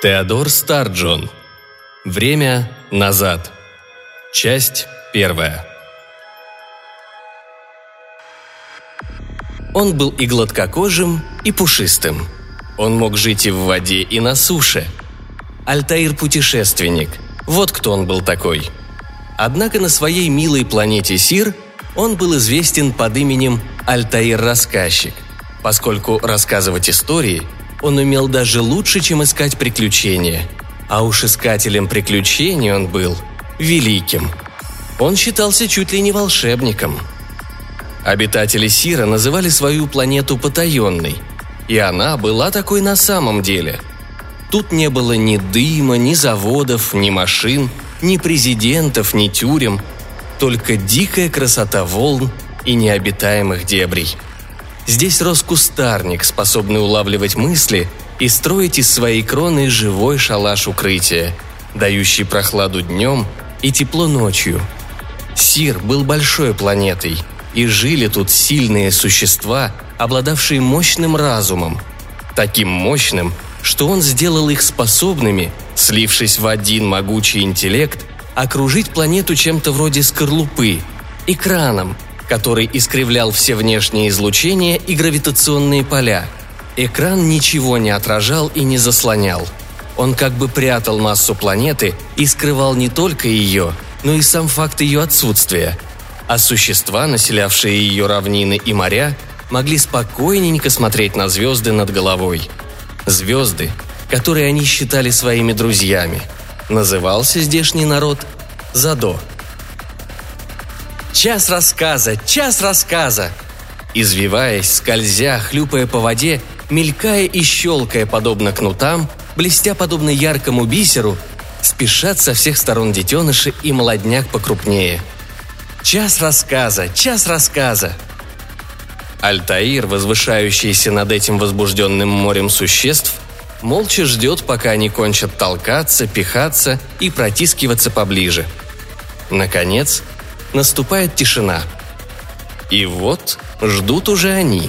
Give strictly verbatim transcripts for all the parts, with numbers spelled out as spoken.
Теодор Старджон. Время назад. Часть первая. Он был и гладкокожим, и пушистым. Он мог жить и в воде, и на суше. Альтаир – путешественник. Вот кто он был такой. Однако на своей милой планете Сир он был известен под именем Альтаир-рассказчик, поскольку рассказывать истории он умел даже лучше, чем искать приключения. А уж искателем приключений он был великим. Он считался чуть ли не волшебником. Обитатели Сира называли свою планету потаенной, и она была такой на самом деле. Тут не было ни дыма, ни заводов, ни машин, ни президентов, ни тюрем, только дикая красота волн и необитаемых дебрей. Здесь рос кустарник, способный улавливать мысли и строить из своей кроны живой шалаш укрытия, дающий прохладу днем и тепло ночью. Сир был большой планетой, и жили тут сильные существа, обладавшие мощным разумом. Таким мощным, что он сделал их способными, слившись в один могучий интеллект, окружить планету чем-то вроде скорлупы, экраном, который искривлял все внешние излучения и гравитационные поля. Экран ничего не отражал и не заслонял. Он как бы прятал массу планеты и скрывал не только ее, но и сам факт ее отсутствия. А существа, населявшие ее равнины и моря, могли спокойненько смотреть на звезды над головой. Звезды, которые они считали своими друзьями. Назывался здешний народ Задо. «Час рассказа! Час рассказа!» Извиваясь, скользя, хлюпая по воде, мелькая и щелкая подобно кнутам, блестя подобно яркому бисеру, спешат со всех сторон детеныши и молодняк покрупнее. «Час рассказа! Час рассказа!» Альтаир, возвышающийся над этим возбужденным морем существ, молча ждет, пока они кончат толкаться, пихаться и протискиваться поближе. Наконец, наступает тишина. И вот ждут уже они.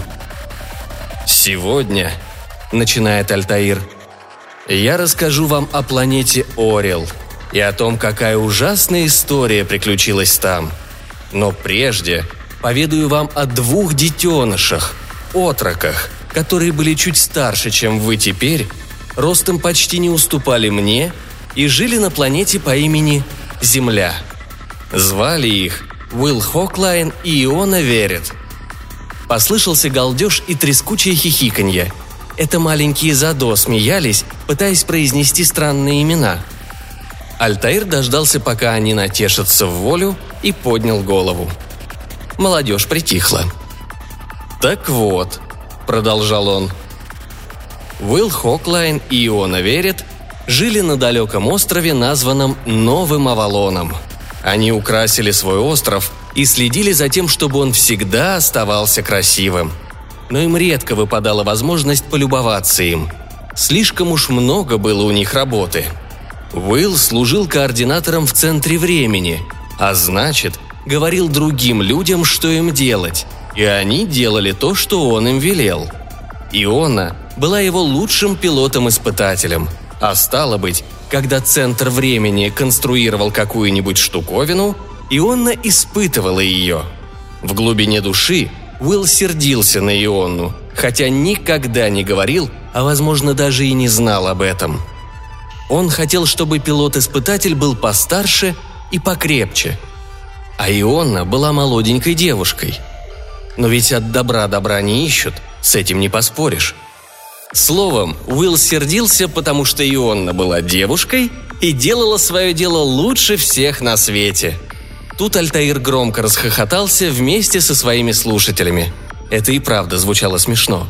«Сегодня», — начинает Альтаир, — «я расскажу вам о планете Орел и о том, какая ужасная история приключилась там. Но прежде поведаю вам о двух детенышах, отроках, которые были чуть старше, чем вы теперь, ростом почти не уступали мне и жили на планете по имени Земля. Звали их Уилл Хоклайн и Иона Верет». Послышался галдеж и трескучее хихиканье. Это маленькие Задо смеялись, пытаясь произнести странные имена. Альтаир дождался, пока они натешатся в волю, и поднял голову. Молодежь притихла. «Так вот», — продолжал он, — «Уилл Хоклайн и Иона Верет жили на далеком острове, названном Новым Авалоном. Они украсили свой остров и следили за тем, чтобы он всегда оставался красивым. Но им редко выпадала возможность полюбоваться им. Слишком уж много было у них работы. Уилл служил координатором в центре времени, а значит, говорил другим людям, что им делать, и они делали то, что он им велел. Иона была его лучшим пилотом-испытателем, а стало быть, когда центр времени конструировал какую-нибудь штуковину, Иона испытывала ее. В глубине души Уилл сердился на Иону, хотя никогда не говорил, а, возможно, даже и не знал об этом. Он хотел, чтобы пилот-испытатель был постарше и покрепче. А Иона была молоденькой девушкой. Но ведь от добра добра не ищут, с этим не поспоришь. Словом, Уилл сердился, потому что Иона была девушкой и делала свое дело лучше всех на свете. Тут Альтаир громко расхохотался вместе со своими слушателями. Это и правда звучало смешно.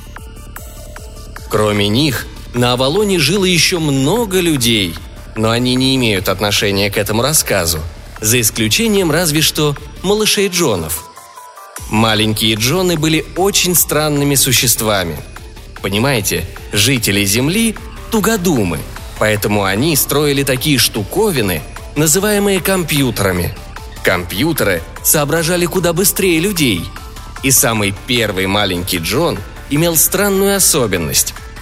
Кроме них, на Авалоне жило еще много людей, но они не имеют отношения к этому рассказу, за исключением разве что малышей Джонов. Маленькие Джоны были очень странными существами. Понимаете, жители Земли – тугодумы, поэтому они строили такие штуковины, называемые компьютерами. Компьютеры соображали куда быстрее людей. И самый первый маленький Джон имел странную особенность.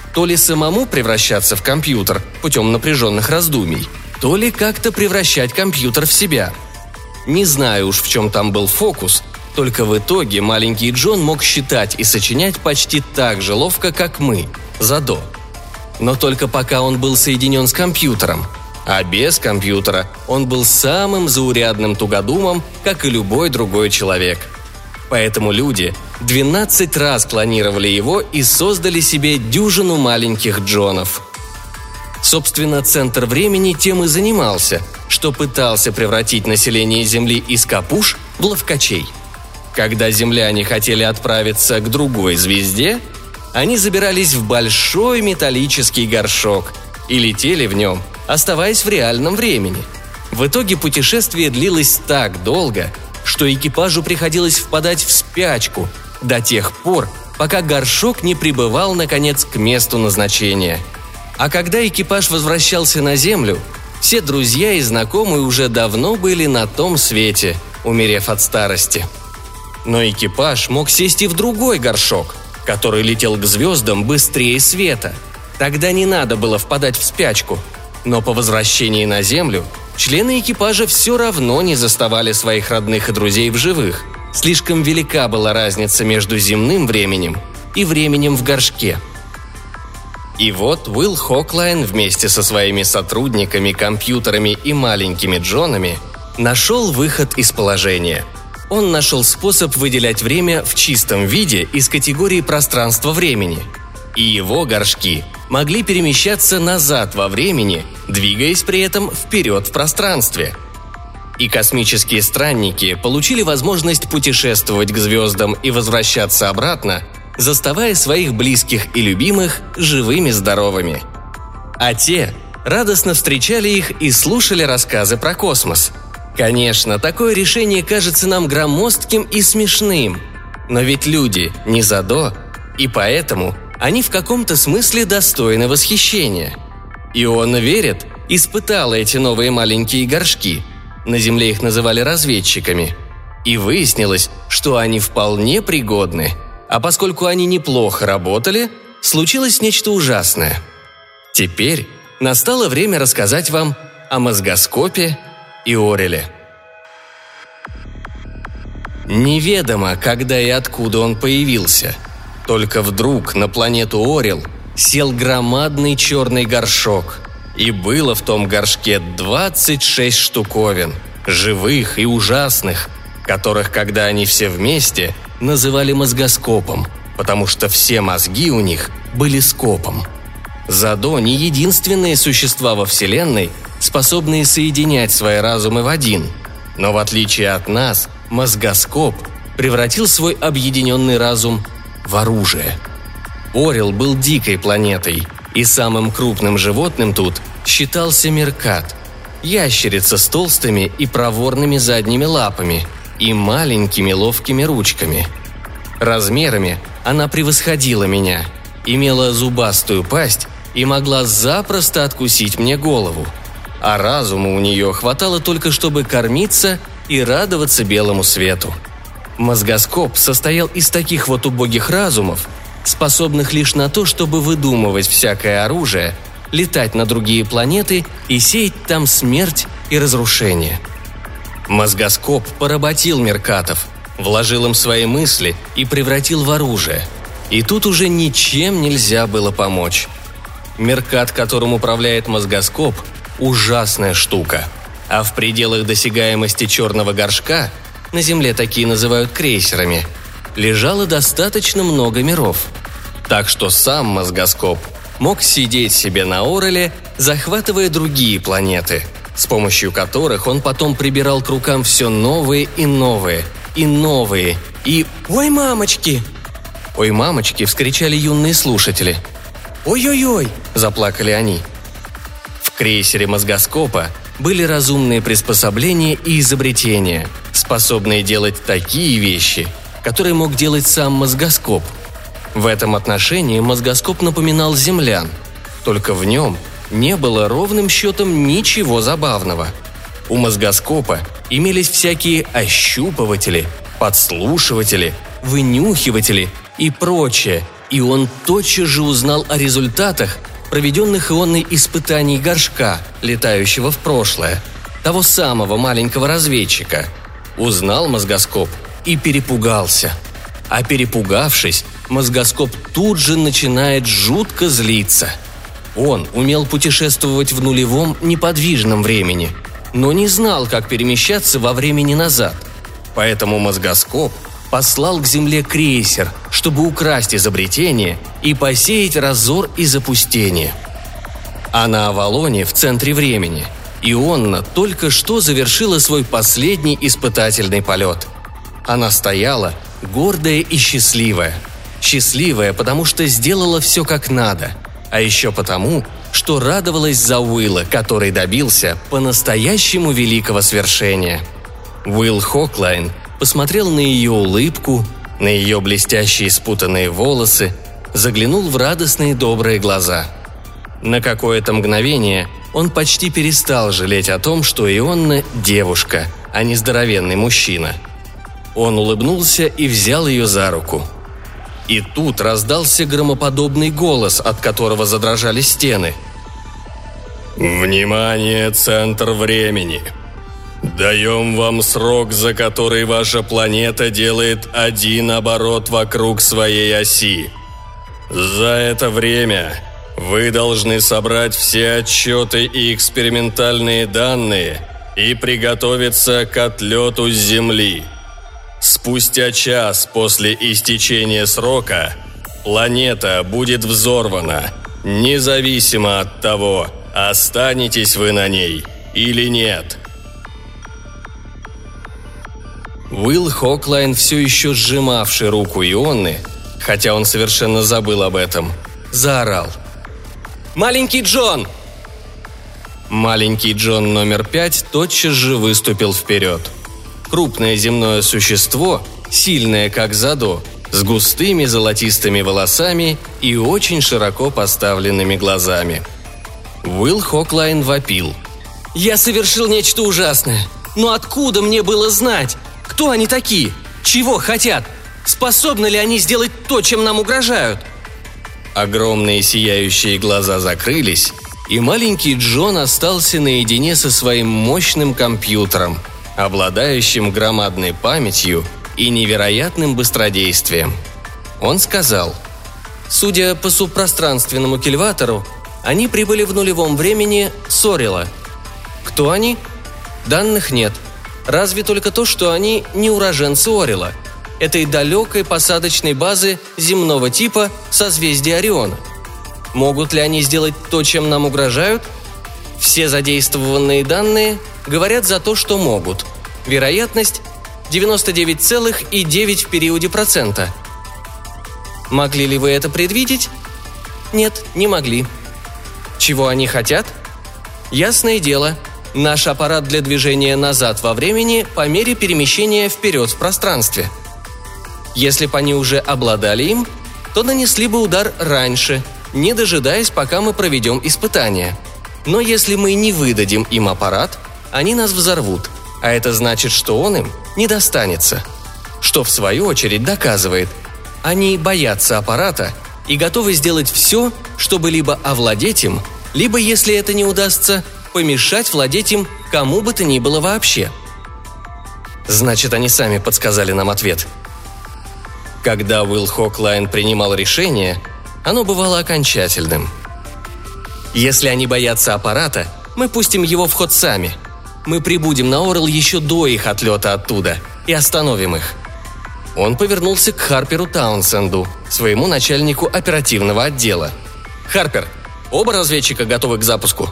то ли самому превращаться в компьютер путем напряженных раздумий, то ли как-то превращать компьютер в себя. Не знаю уж, в чем там был фокус, только в итоге маленький Джон мог считать и сочинять почти так же ловко, как мы, Задо. Но только пока он был соединен с компьютером, а без компьютера он был самым заурядным тугодумом, как и любой другой человек. Поэтому люди двенадцать раз клонировали его и создали себе дюжину маленьких Джонов. Собственно, центр времени тем и занимался, что пытался превратить население Земли из капуш в ловкачей. Когда земляне хотели отправиться к другой звезде, они забирались в большой металлический горшок и летели в нем, оставаясь в реальном времени. В итоге путешествие длилось так долго, что экипажу приходилось впадать в спячку до тех пор, пока горшок не прибывал, наконец, к месту назначения. А когда экипаж возвращался на Землю, все друзья и знакомые уже давно были на том свете, умерев от старости. Но экипаж мог сесть и в другой горшок, который летел к звездам быстрее света. Тогда не надо было впадать в спячку. Но по возвращении на Землю члены экипажа все равно не заставали своих родных и друзей в живых. Слишком велика была разница между земным временем и временем в горшке. И вот Уилл Хоклайн вместе со своими сотрудниками, компьютерами и маленькими Джонами нашел выход из положения. Он нашел способ выделять время в чистом виде из категории пространства-времени. И его горшки могли перемещаться назад во времени, двигаясь при этом вперед в пространстве. И космические странники получили возможность путешествовать к звездам и возвращаться обратно, заставая своих близких и любимых живыми-здоровыми. А те радостно встречали их и слушали рассказы про космос. Конечно, такое решение кажется нам громоздким и смешным, но ведь люди не Задо, и поэтому они в каком-то смысле достойны восхищения. Иона Верет испытала эти новые маленькие горшки, на Земле их называли разведчиками, и выяснилось, что они вполне пригодны, а поскольку они неплохо работали, случилось нечто ужасное. Теперь настало время рассказать вам о мозгоскопе и Ореле. Неведомо, когда и откуда он появился. Только вдруг на планету Орел сел громадный черный горшок. И было в том горшке двадцать шесть штуковин, живых и ужасных, которых, когда они все вместе, называли мозгоскопом, потому что все мозги у них были скопом. Задо не единственные существа во Вселенной, способные соединять свои разумы в один. Но в отличие от нас, мозгоскоп превратил свой объединенный разум в оружие. Орел был дикой планетой, и самым крупным животным тут считался меркат – ящерица с толстыми и проворными задними лапами и маленькими ловкими ручками. Размерами она превосходила меня, имела зубастую пасть и могла запросто откусить мне голову. А разума у нее хватало только, чтобы кормиться и радоваться белому свету. Мозгоскоп состоял из таких вот убогих разумов, способных лишь на то, чтобы выдумывать всякое оружие, летать на другие планеты и сеять там смерть и разрушение. Мозгоскоп поработил меркатов, вложил им свои мысли и превратил в оружие. И тут уже ничем нельзя было помочь. Меркат, которым управляет мозгоскоп, ужасная штука. А в пределах досягаемости черного горшка, на Земле такие называют крейсерами, лежало достаточно много миров. Так что сам мозгоскоп мог сидеть себе на Ореле, захватывая другие планеты, с помощью которых он потом прибирал к рукам все новые и новые, и новые, и «Ой, мамочки!» «Ой, мамочки!» – вскричали юные слушатели. «Ой-ой-ой!» – заплакали они. В крейсере мозгоскопа были разумные приспособления и изобретения, способные делать такие вещи, которые мог делать сам мозгоскоп. В этом отношении мозгоскоп напоминал землян, только в нем не было ровным счетом ничего забавного. У мозгоскопа имелись всякие ощупыватели, подслушиватели, вынюхиватели и прочее, И он тотчас же узнал о результатах проведенных ионной испытаний горшка, летающего в прошлое, того самого маленького разведчика. Узнал мозгоскоп и перепугался. А перепугавшись, мозгоскоп тут же начинает жутко злиться. Он умел путешествовать в нулевом неподвижном времени, но не знал, как перемещаться во времени назад. Поэтому мозгоскоп послал к Земле крейсер, чтобы украсть изобретение и посеять разор и запустение. А на Авалоне, в центре времени, Ионна только что завершила свой последний испытательный полет. Она стояла, гордая и счастливая. Счастливая, потому что сделала все как надо, а еще потому, что радовалась за Уилла, который добился по-настоящему великого свершения. Уилл Хоклайн посмотрел на ее улыбку, на ее блестящие спутанные волосы, заглянул в радостные добрые глаза. На какое-то мгновение он почти перестал жалеть о том, что Ионна – девушка, а не здоровенный мужчина. Он улыбнулся и взял ее за руку. И тут раздался громоподобный голос, от которого задрожали стены. «Внимание, центр времени! Даем вам срок, за который ваша планета делает один оборот вокруг своей оси. За это время вы должны собрать все отчеты и экспериментальные данные и приготовиться к отлету с Земли. Спустя час после истечения срока планета будет взорвана, независимо от того, останетесь вы на ней или нет». Уилл Хоклайн, все еще сжимавший руку Ионны, хотя он совершенно забыл об этом, заорал. «Маленький Джон!» Маленький Джон номер пять тотчас же выступил вперед. Крупное земное существо, сильное как Задо, с густыми золотистыми волосами и очень широко поставленными глазами. Уилл Хоклайн вопил. «Я совершил нечто ужасное! Но откуда мне было знать? Кто они такие? Чего хотят? Способны ли они сделать то, чем нам угрожают?» Огромные сияющие глаза закрылись, и маленький Джон остался наедине со своим мощным компьютером, обладающим громадной памятью и невероятным быстродействием. Он сказал: «Судя по субпространственному кильватору, они прибыли в нулевом времени с Орела. Кто они? Данных нет. Разве только то, что они не уроженцы Орела, этой далекой посадочной базы земного типа созвездия Ориона. Могут ли они сделать то, чем нам угрожают? Все задействованные данные говорят за то, что могут. Вероятность девяносто девять целых девять десятых в периоде процента. Могли ли вы это предвидеть? Нет, не могли. Чего они хотят? Ясное дело, наш аппарат для движения назад во времени по мере перемещения вперед в пространстве. Если бы они уже обладали им, то нанесли бы удар раньше, не дожидаясь, пока мы проведем испытания. Но если мы не выдадим им аппарат, они нас взорвут, а это значит, что он им не достанется. Что, в свою очередь, доказывает, они боятся аппарата и готовы сделать все, чтобы либо овладеть им, либо, если это не удастся, помешать владеть им кому бы то ни было вообще. Значит, они сами подсказали нам ответ. Когда Уилл Хоклайн принимал решение, оно бывало окончательным. Если они боятся аппарата, мы пустим его в ход сами. Мы прибудем на Орел еще до их отлета оттуда и остановим их. Он повернулся к Харперу Таунсенду, своему начальнику оперативного отдела. «Харпер, оба разведчика готовы к запуску?»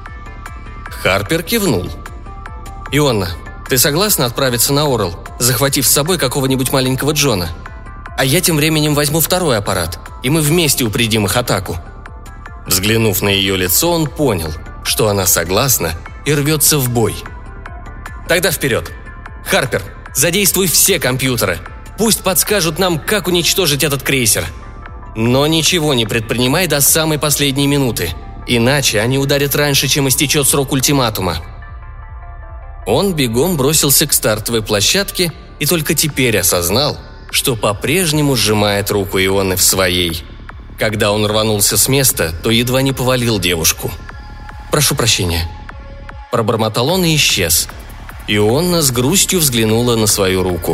Харпер кивнул. «Ионна, ты согласна отправиться на Орел, захватив с собой какого-нибудь маленького Джона? А я тем временем возьму второй аппарат, и мы вместе упредим их атаку». Взглянув на ее лицо, он понял, что она согласна и рвется в бой. «Тогда вперед! Харпер, задействуй все компьютеры. Пусть подскажут нам, как уничтожить этот крейсер. Но ничего не предпринимай до самой последней минуты, иначе они ударят раньше, чем истечет срок ультиматума». Он бегом бросился к стартовой площадке и только теперь осознал, что по-прежнему сжимает руку Ионны в своей. Когда он рванулся с места, то едва не повалил девушку. «Прошу прощения». Пробормотал он и исчез. Ионна с грустью взглянула на свою руку.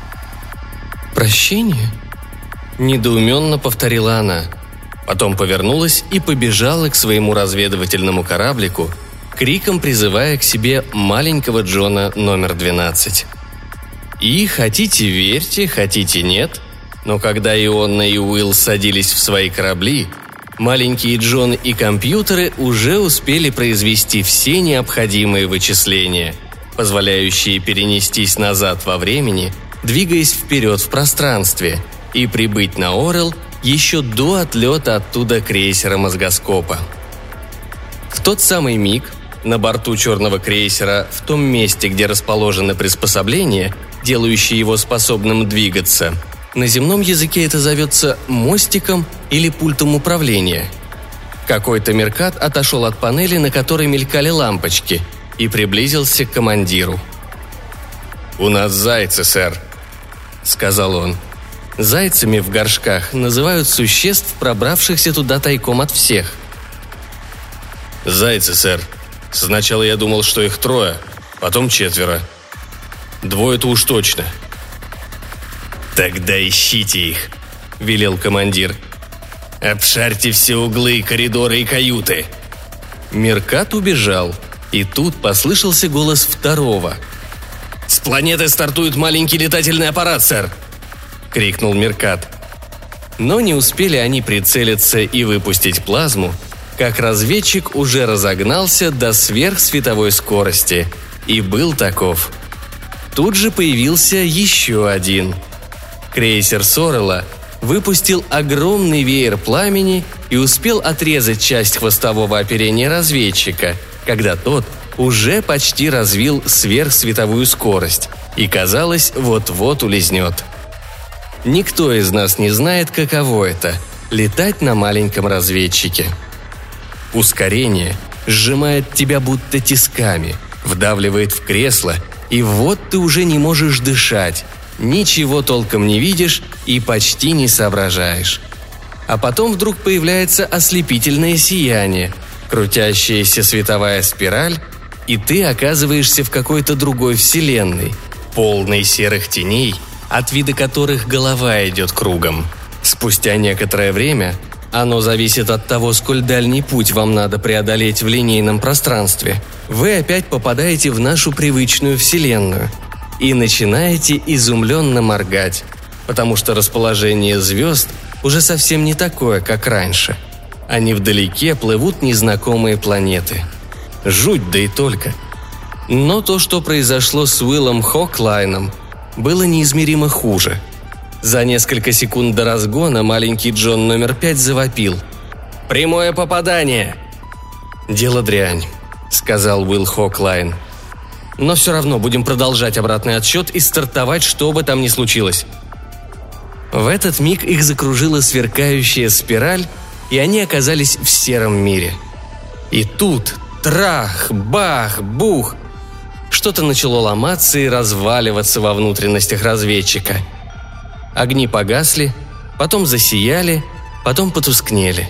«Прощение?» Недоуменно повторила она. Потом повернулась и побежала к своему разведывательному кораблику, криком призывая к себе маленького Джона номер двенадцать. И хотите верьте, хотите нет, но когда Ионна и Уилл садились в свои корабли, маленькие Джон и компьютеры уже успели произвести все необходимые вычисления, позволяющие перенестись назад во времени, двигаясь вперед в пространстве, и прибыть на Орел еще до отлета оттуда крейсера «Мозгоскопа». В тот самый миг на борту черного крейсера, в том месте, где расположены приспособления, делающие его способным двигаться, на земном языке это зовется мостиком или пультом управления. Какой-то меркат отошел от панели, на которой мелькали лампочки, и приблизился к командиру. «У нас зайцы, сэр», — сказал он. Зайцами в горшках называют существ, пробравшихся туда тайком от всех. «Зайцы, сэр. Сначала я думал, что их трое, потом четверо. Двое-то уж точно». «Тогда ищите их», — велел командир. «Обшарьте все углы, коридоры и каюты». Меркат убежал, и тут послышался голос второго. «С планеты стартует маленький летательный аппарат, сэр!» — крикнул Меркат. Но не успели они прицелиться и выпустить плазму, как разведчик уже разогнался до сверхсветовой скорости, и был таков. Тут же появился еще один. Крейсер Сорелла выпустил огромный веер пламени и успел отрезать часть хвостового оперения разведчика, когда тот уже почти развил сверхсветовую скорость и, казалось, вот-вот улизнет. Никто из нас не знает, каково это – летать на маленьком разведчике. Ускорение сжимает тебя будто тисками, вдавливает в кресло, и вот ты уже не можешь дышать, ничего толком не видишь и почти не соображаешь. А потом вдруг появляется ослепительное сияние, крутящаяся световая спираль, и ты оказываешься в какой-то другой вселенной, полной серых теней, от вида которых голова идет кругом. Спустя некоторое время, оно зависит от того, сколь дальний путь вам надо преодолеть в линейном пространстве, вы опять попадаете в нашу привычную вселенную и начинаете изумленно моргать, потому что расположение звезд уже совсем не такое, как раньше. Они вдалеке плывут незнакомые планеты. Жуть, да и только. Но то, что произошло с Уиллом Хоклайном, было неизмеримо хуже. За несколько секунд до разгона маленький Джон номер пять завопил. «Прямое попадание!» «Дело дрянь», — сказал Уилл Хоклайн. «Но все равно будем продолжать обратный отсчет и стартовать, что бы там ни случилось». В этот миг их закружила сверкающая спираль, и они оказались в сером мире. И тут трах, бах, бух. Что-то начало ломаться и разваливаться во внутренностях разведчика. Огни погасли, потом засияли, потом потускнели.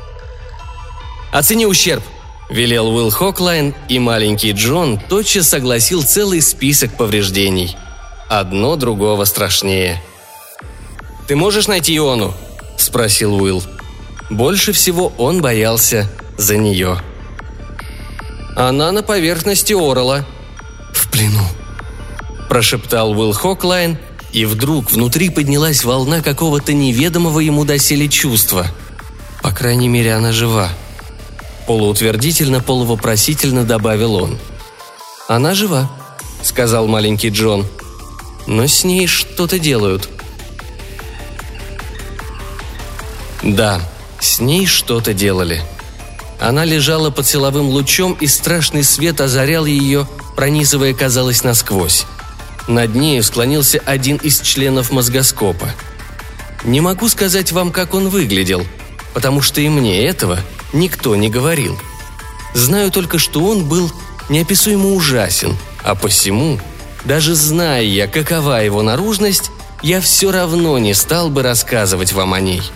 «Оцени ущерб», — велел Уилл Хоклайн, и маленький Джон тотчас согласил целый список повреждений. Одно другого страшнее. «Ты можешь найти Иону?» – спросил Уилл. Больше всего он боялся за нее. «Она на поверхности Орелла». «В плену», – прошептал Уилл Хоклайн, и вдруг внутри поднялась волна какого-то неведомого ему доселе чувства. По крайней мере, она жива. Полуутвердительно, полувопросительно добавил он. «Она жива», – сказал маленький Джон. «Но с ней что-то делают». Да, с ней что-то делали. Она лежала под силовым лучом, и страшный свет озарял ее, пронизывая, казалось, насквозь. Над нею склонился один из членов мозгоскопа. Не могу сказать вам, как он выглядел, потому что и мне этого никто не говорил. Знаю только, что он был неописуемо ужасен, а посему, даже зная я, какова его наружность, я все равно не стал бы рассказывать вам о ней».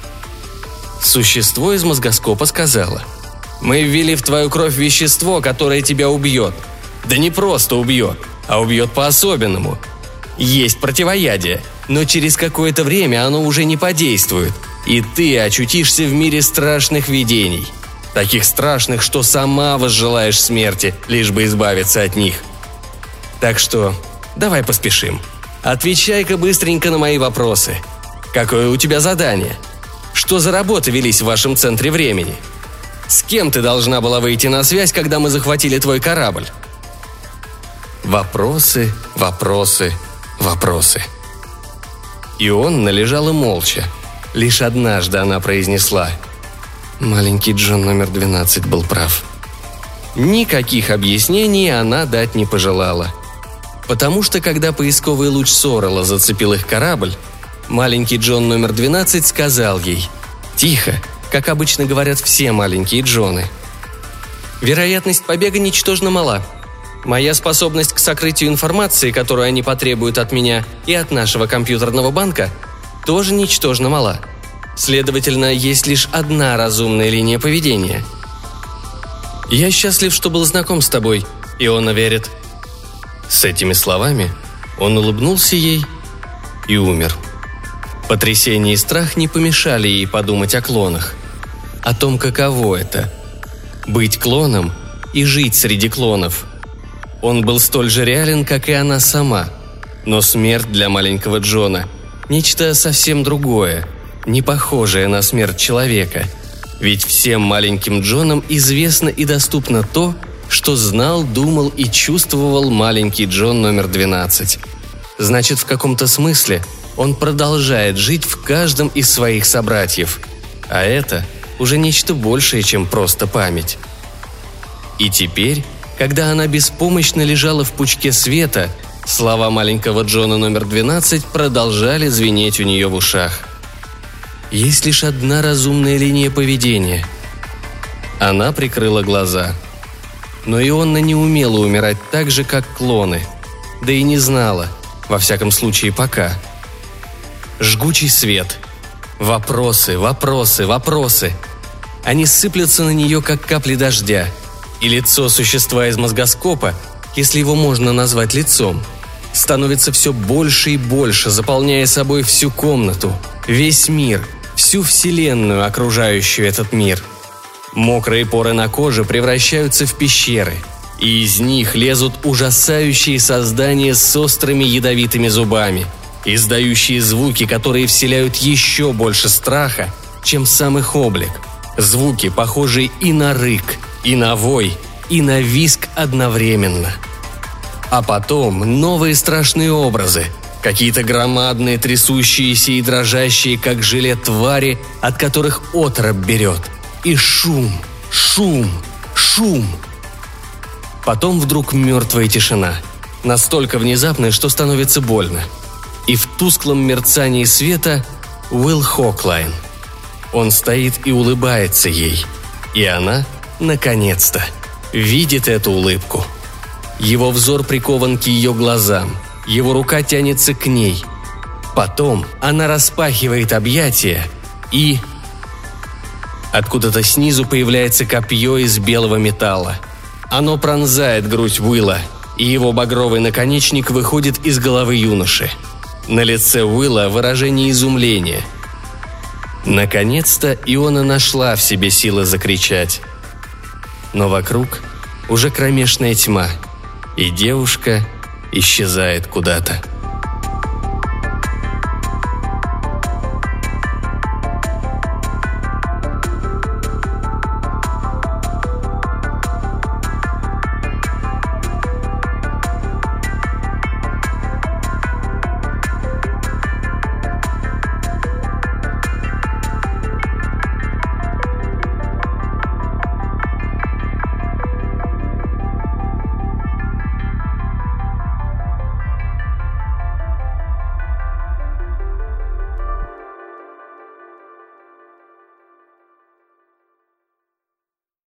Существо из мозгоскопа сказало: «Мы ввели в твою кровь вещество, которое тебя убьет. Да не просто убьет, а убьет по-особенному. Есть противоядие, но через какое-то время оно уже не подействует, и ты очутишься в мире страшных видений. Таких страшных, что сама возжелаешь смерти, лишь бы избавиться от них. Так что давай поспешим. Отвечай-ка быстренько на мои вопросы. Какое у тебя задание? Что за работы велись в вашем центре времени? С кем ты должна была выйти на связь, когда мы захватили твой корабль?» Вопросы, вопросы, вопросы. Ионна лежала молча. Лишь однажды она произнесла: «Маленький Джон номер двенадцать был прав». Никаких объяснений она дать не пожелала. Потому что, когда поисковый луч Соррелла зацепил их корабль, маленький Джон номер двенадцать сказал ей, тихо, как обычно говорят все маленькие Джоны: «Вероятность побега ничтожно мала. Моя способность к сокрытию информации, которую они потребуют от меня и от нашего компьютерного банка, тоже ничтожно мала. Следовательно, есть лишь одна разумная линия поведения. Я счастлив, что был знаком с тобой, Ионна Верит». С этими словами он улыбнулся ей и умер. Потрясение и страх не помешали ей подумать о клонах. О том, каково это – быть клоном и жить среди клонов. Он был столь же реален, как и она сама. Но смерть для маленького Джона – нечто совсем другое, не похожее на смерть человека. Ведь всем маленьким Джонам известно и доступно то, что знал, думал и чувствовал маленький Джон номер двенадцать. Значит, в каком-то смысле он продолжает жить в каждом из своих собратьев. А это уже нечто большее, чем просто память. И теперь, когда она беспомощно лежала в пучке света, слова маленького Джона номер двенадцать продолжали звенеть у нее в ушах. Есть лишь одна разумная линия поведения. Она прикрыла глаза. Но Ионна не умела умирать так же, как клоны. Да и не знала, во всяком случае пока. Жгучий свет. Вопросы, вопросы, вопросы. Они сыплются на нее, как капли дождя. И лицо существа из мозгоскопа, если его можно назвать лицом, становится все больше и больше, заполняя собой всю комнату, весь мир, всю вселенную, окружающую этот мир. Мокрые поры на коже превращаются в пещеры, и из них лезут ужасающие создания с острыми ядовитыми зубами, издающие звуки, которые вселяют еще больше страха, чем сам их облик. Звуки, похожие и на рык, и на вой, и на визг одновременно. А потом новые страшные образы, какие-то громадные, трясущиеся и дрожащие, как желе твари, от которых отроб берет. И шум, шум, шум. Потом вдруг мертвая тишина, настолько внезапная, что становится больно. И в тусклом мерцании света Уилл Хоклайн. Он стоит и улыбается ей. И она, наконец-то, видит эту улыбку. Его взор прикован к ее глазам, его рука тянется к ней. Потом она распахивает объятия и... Откуда-то снизу появляется копье из белого металла. Оно пронзает грудь Уилла, и его багровый наконечник выходит из головы юноши. На лице Уилла выражение изумления. Наконец-то Ионна нашла в себе силы закричать. Но вокруг уже кромешная тьма, и девушка исчезает куда-то.